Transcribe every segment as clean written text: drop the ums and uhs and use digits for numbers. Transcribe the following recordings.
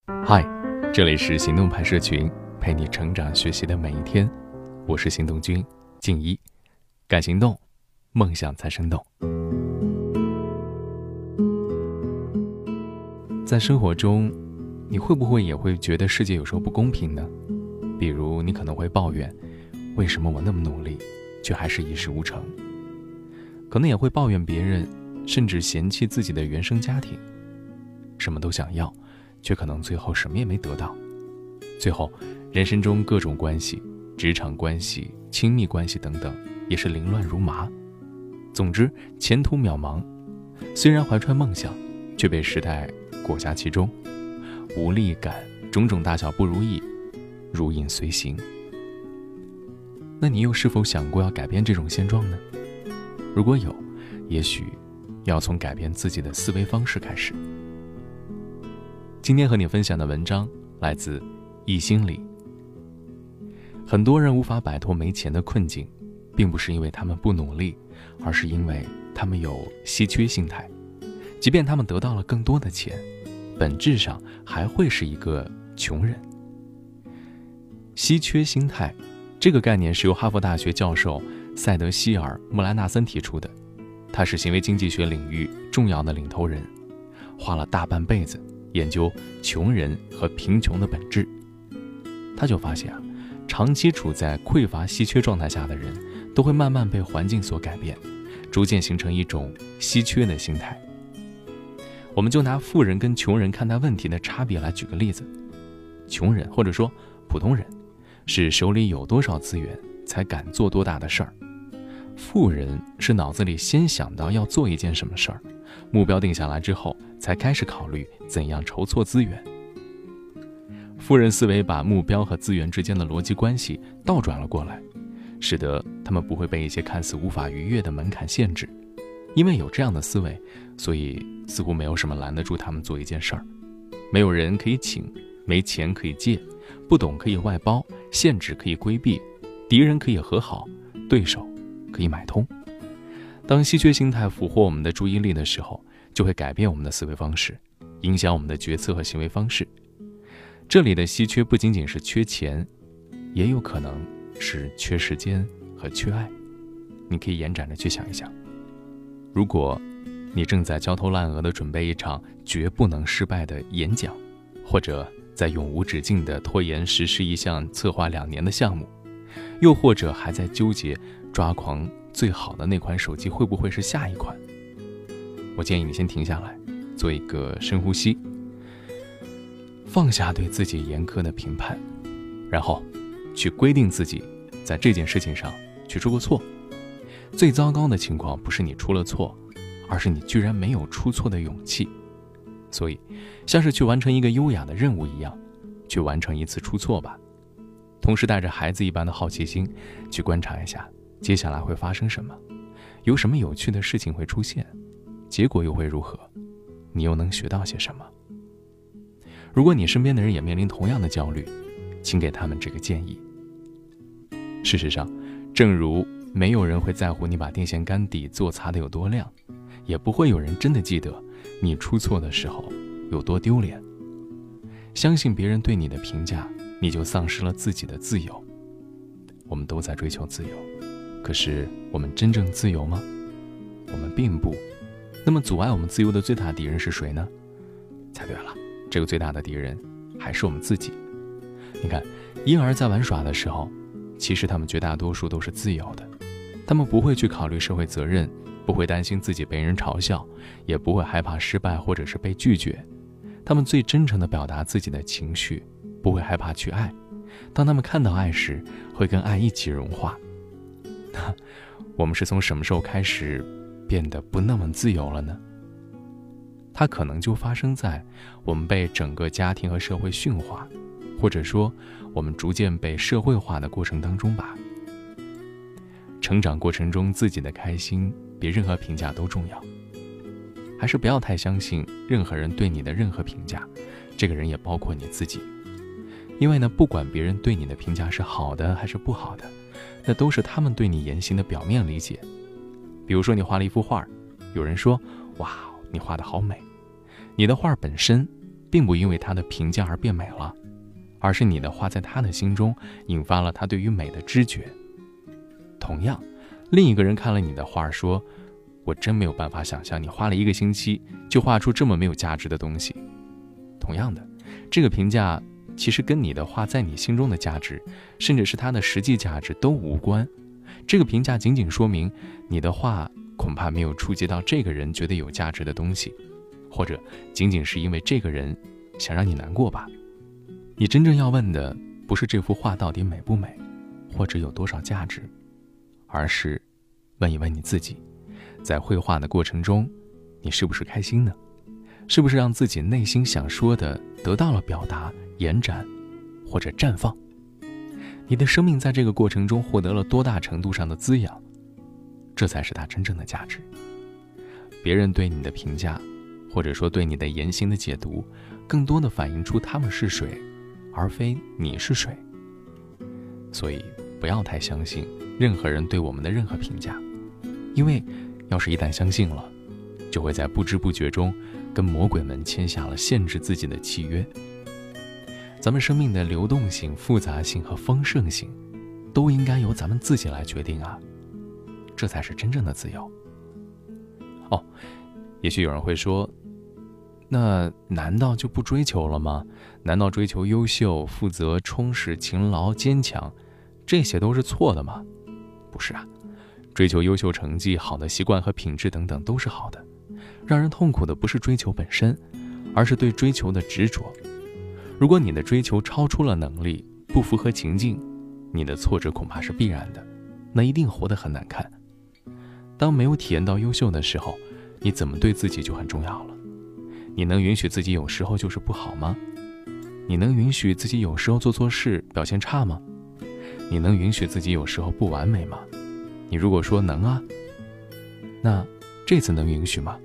嗨，这里是行动派社群，陪你成长学习的每一天。我是行动君静一，敢行动，梦想才生动。在生活中，你会不会也会觉得世界有时候不公平呢？比如你可能会抱怨，为什么我那么努力，却还是一事无成？可能也会抱怨别人，甚至嫌弃自己的原生家庭，什么都想要，却可能最后什么也没得到。最后人生中各种关系，职场关系、亲密关系等等，也是凌乱如麻。总之前途渺茫，虽然怀揣梦想，却被时代裹挟其中，无力感，种种大小不如意，如影随形。那你又是否想过要改变这种现状呢？如果有，也许要从改变自己的思维方式开始。今天和你分享的文章来自易心理。很多人无法摆脱没钱的困境，并不是因为他们不努力，而是因为他们有稀缺心态。即便他们得到了更多的钱，本质上还会是一个穷人。稀缺心态这个概念是由哈佛大学教授塞德希尔·穆拉纳森提出的，他是行为经济学领域重要的领头人，花了大半辈子研究穷人和贫穷的本质。他就发现长期处在匮乏稀缺状态下的人，都会慢慢被环境所改变，逐渐形成一种稀缺的心态。我们就拿富人跟穷人看待问题的差别来举个例子。穷人或者说普通人，是手里有多少资源才敢做多大的事儿。富人是脑子里先想到要做一件什么事儿，目标定下来之后，才开始考虑怎样筹措资源。富人思维把目标和资源之间的逻辑关系倒转了过来，使得他们不会被一些看似无法逾越的门槛限制。因为有这样的思维，所以似乎没有什么拦得住他们做一件事儿。没有人可以请，没钱可以借，不懂可以外包，限制可以规避，敌人可以和好，对手可以买通。当稀缺心态俘获我们的注意力的时候，就会改变我们的思维方式，影响我们的决策和行为方式。这里的稀缺不仅仅是缺钱，也有可能是缺时间和缺爱。你可以延展着去想一想，如果你正在焦头烂额地准备一场绝不能失败的演讲，或者在永无止境地拖延实施一项策划2年的项目，又或者还在纠结抓狂最好的那款手机会不会是下一款，我建议你先停下来，做一个深呼吸，放下对自己严苛的评判，然后去规定自己在这件事情上去出过错。最糟糕的情况不是你出了错，而是你居然没有出错的勇气。所以像是去完成一个优雅的任务一样，去完成一次出错吧。同时带着孩子一般的好奇心，去观察一下接下来会发生什么，有什么有趣的事情会出现，结果又会如何，你又能学到些什么。如果你身边的人也面临同样的焦虑，请给他们这个建议。事实上，正如没有人会在乎你把电线杆底座擦得有多亮，也不会有人真的记得你出错的时候有多丢脸。相信别人对你的评价，你就丧失了自己的自由。我们都在追求自由，可是我们真正自由吗？我们并不。那么阻碍我们自由的最大敌人是谁呢？猜对了，这个最大的敌人还是我们自己。你看，婴儿在玩耍的时候，其实他们绝大多数都是自由的，他们不会去考虑社会责任，不会担心自己被人嘲笑，也不会害怕失败或者是被拒绝。他们最真诚地表达自己的情绪，不会害怕去爱。当他们看到爱时，会跟爱一起融化。我们是从什么时候开始变得不那么自由了呢？它可能就发生在我们被整个家庭和社会驯化，或者说我们逐渐被社会化的过程当中吧。成长过程中自己的开心比任何评价都重要，还是不要太相信任何人对你的任何评价，这个人也包括你自己。因为呢，不管别人对你的评价是好的还是不好的，那都是他们对你言行的表面理解。比如说你画了一幅画，有人说哇，你画得好美，你的画本身并不因为他的评价而变美了，而是你的话在他的心中引发了他对于美的知觉。同样，另一个人看了你的画说，我真没有办法想象你花了1个星期就画出这么没有价值的东西。同样的，这个评价其实跟你的画在你心中的价值，甚至是它的实际价值都无关。这个评价仅仅说明你的画恐怕没有触及到这个人觉得有价值的东西，或者仅仅是因为这个人想让你难过吧。你真正要问的不是这幅画到底美不美，或者有多少价值，而是问一问你自己，在绘画的过程中，你是不是开心呢？是不是让自己内心想说的得到了表达、延展或者绽放？你的生命在这个过程中获得了多大程度上的滋养，这才是它真正的价值。别人对你的评价，或者说对你的言行的解读，更多的反映出他们是谁，而非你是谁。所以不要太相信任何人对我们的任何评价，因为要是一旦相信了，就会在不知不觉中跟魔鬼们签下了限制自己的契约。咱们生命的流动性、复杂性和丰盛性都应该由咱们自己来决定啊，这才是真正的自由。也许有人会说，那难道就不追求了吗？难道追求优秀、负责、充实、勤劳、坚强，这些都是错的吗？不是啊，追求优秀成绩、好的习惯和品质等等都是好的。让人痛苦的不是追求本身，而是对追求的执着。如果你的追求超出了能力，不符合情境，你的挫折恐怕是必然的，那一定活得很难看。当没有体验到优秀的时候，你怎么对自己就很重要了。你能允许自己有时候就是不好吗？你能允许自己有时候做错事、表现差吗？你能允许自己有时候不完美吗？你如果说能啊，那这次能允许吗？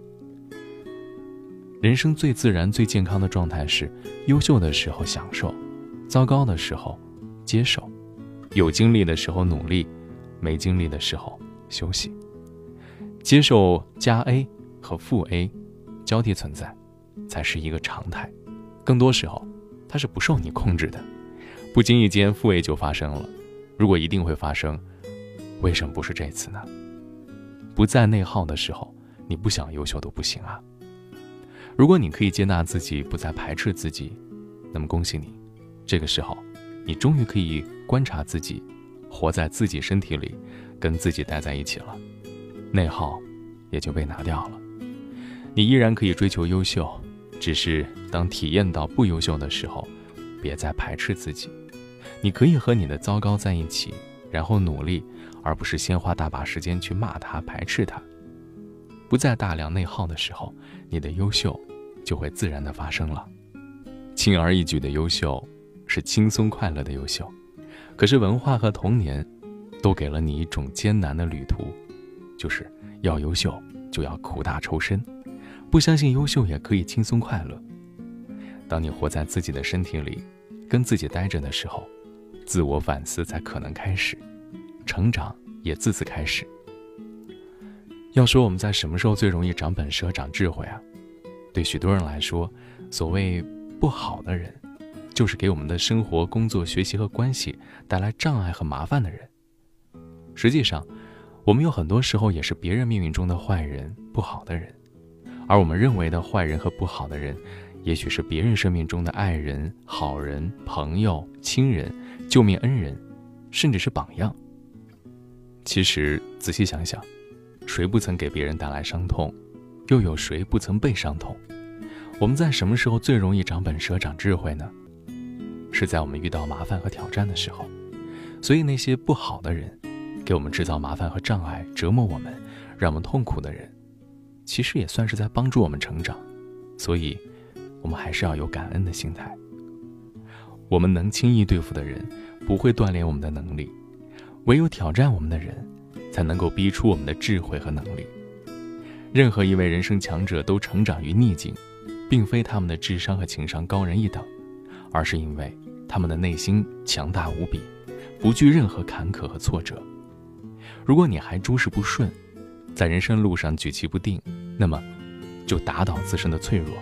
人生最自然、最健康的状态是，优秀的时候享受，糟糕的时候接受，有精力的时候努力，没精力的时候休息。接受加 A 和负 A 交替存在，才是一个常态。更多时候，它是不受你控制的，不经意间负 A 就发生了。如果一定会发生，为什么不是这次呢？不再内耗的时候，你不想优秀都不行啊。如果你可以接纳自己，不再排斥自己，那么恭喜你，这个时候你终于可以观察自己，活在自己身体里，跟自己待在一起了，内耗也就被拿掉了。你依然可以追求优秀，只是当体验到不优秀的时候，别再排斥自己。你可以和你的糟糕在一起，然后努力，而不是先花大把时间去骂它、排斥它。不再大量内耗的时候，你的优秀就会自然的发生了。轻而易举的优秀是轻松快乐的优秀，可是文化和童年都给了你一种艰难的旅途，就是要优秀就要苦大仇深，不相信优秀也可以轻松快乐。当你活在自己的身体里，跟自己待着的时候，自我反思才可能开始，成长也自此开始。要说我们在什么时候最容易长本事和长智慧啊？对许多人来说，所谓不好的人，就是给我们的生活、工作、学习和关系带来障碍和麻烦的人。实际上，我们有很多时候也是别人命运中的坏人、不好的人，而我们认为的坏人和不好的人，也许是别人生命中的爱人、好人、朋友、亲人、救命恩人，甚至是榜样。其实仔细想想，谁不曾给别人带来伤痛，又有谁不曾被伤痛？我们在什么时候最容易长本事和长智慧呢？是在我们遇到麻烦和挑战的时候。所以那些不好的人，给我们制造麻烦和障碍，折磨我们，让我们痛苦的人，其实也算是在帮助我们成长。所以我们还是要有感恩的心态。我们能轻易对付的人，不会锻炼我们的能力，唯有挑战我们的人，才能够逼出我们的智慧和能力。任何一位人生强者都成长于逆境，并非他们的智商和情商高人一等，而是因为他们的内心强大无比，不惧任何坎坷和挫折。如果你还诸事不顺，在人生路上举棋不定，那么就打倒自身的脆弱，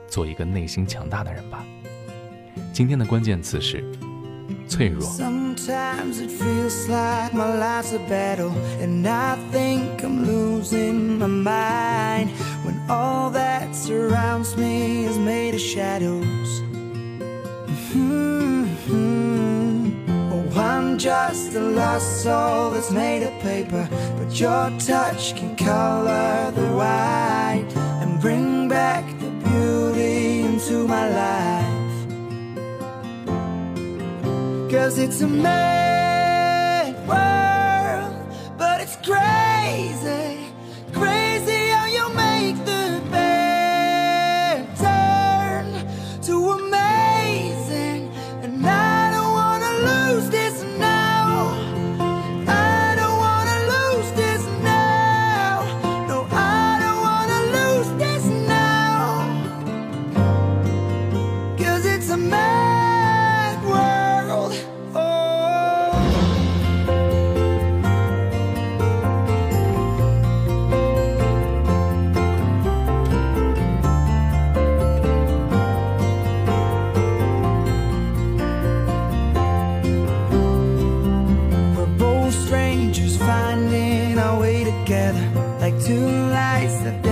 做一个内心强大的人吧。今天的关键词是脆弱。 Sometimes it feels like my life's a battle, and I think I'm losing my mind when all that surrounds me is made of shadows. Oh, I'm just a lost soul that's made of paper, but your touch can color the white and bring back the beauty into my life. Cause it's a mad world, but it's crazy, crazy how you make the bad turn to amazing. And I don't wanna lose this now, I don't wanna lose this now, no, I don't wanna lose this now. Cause it's a mad world. Strangers finding our way together, like two lights that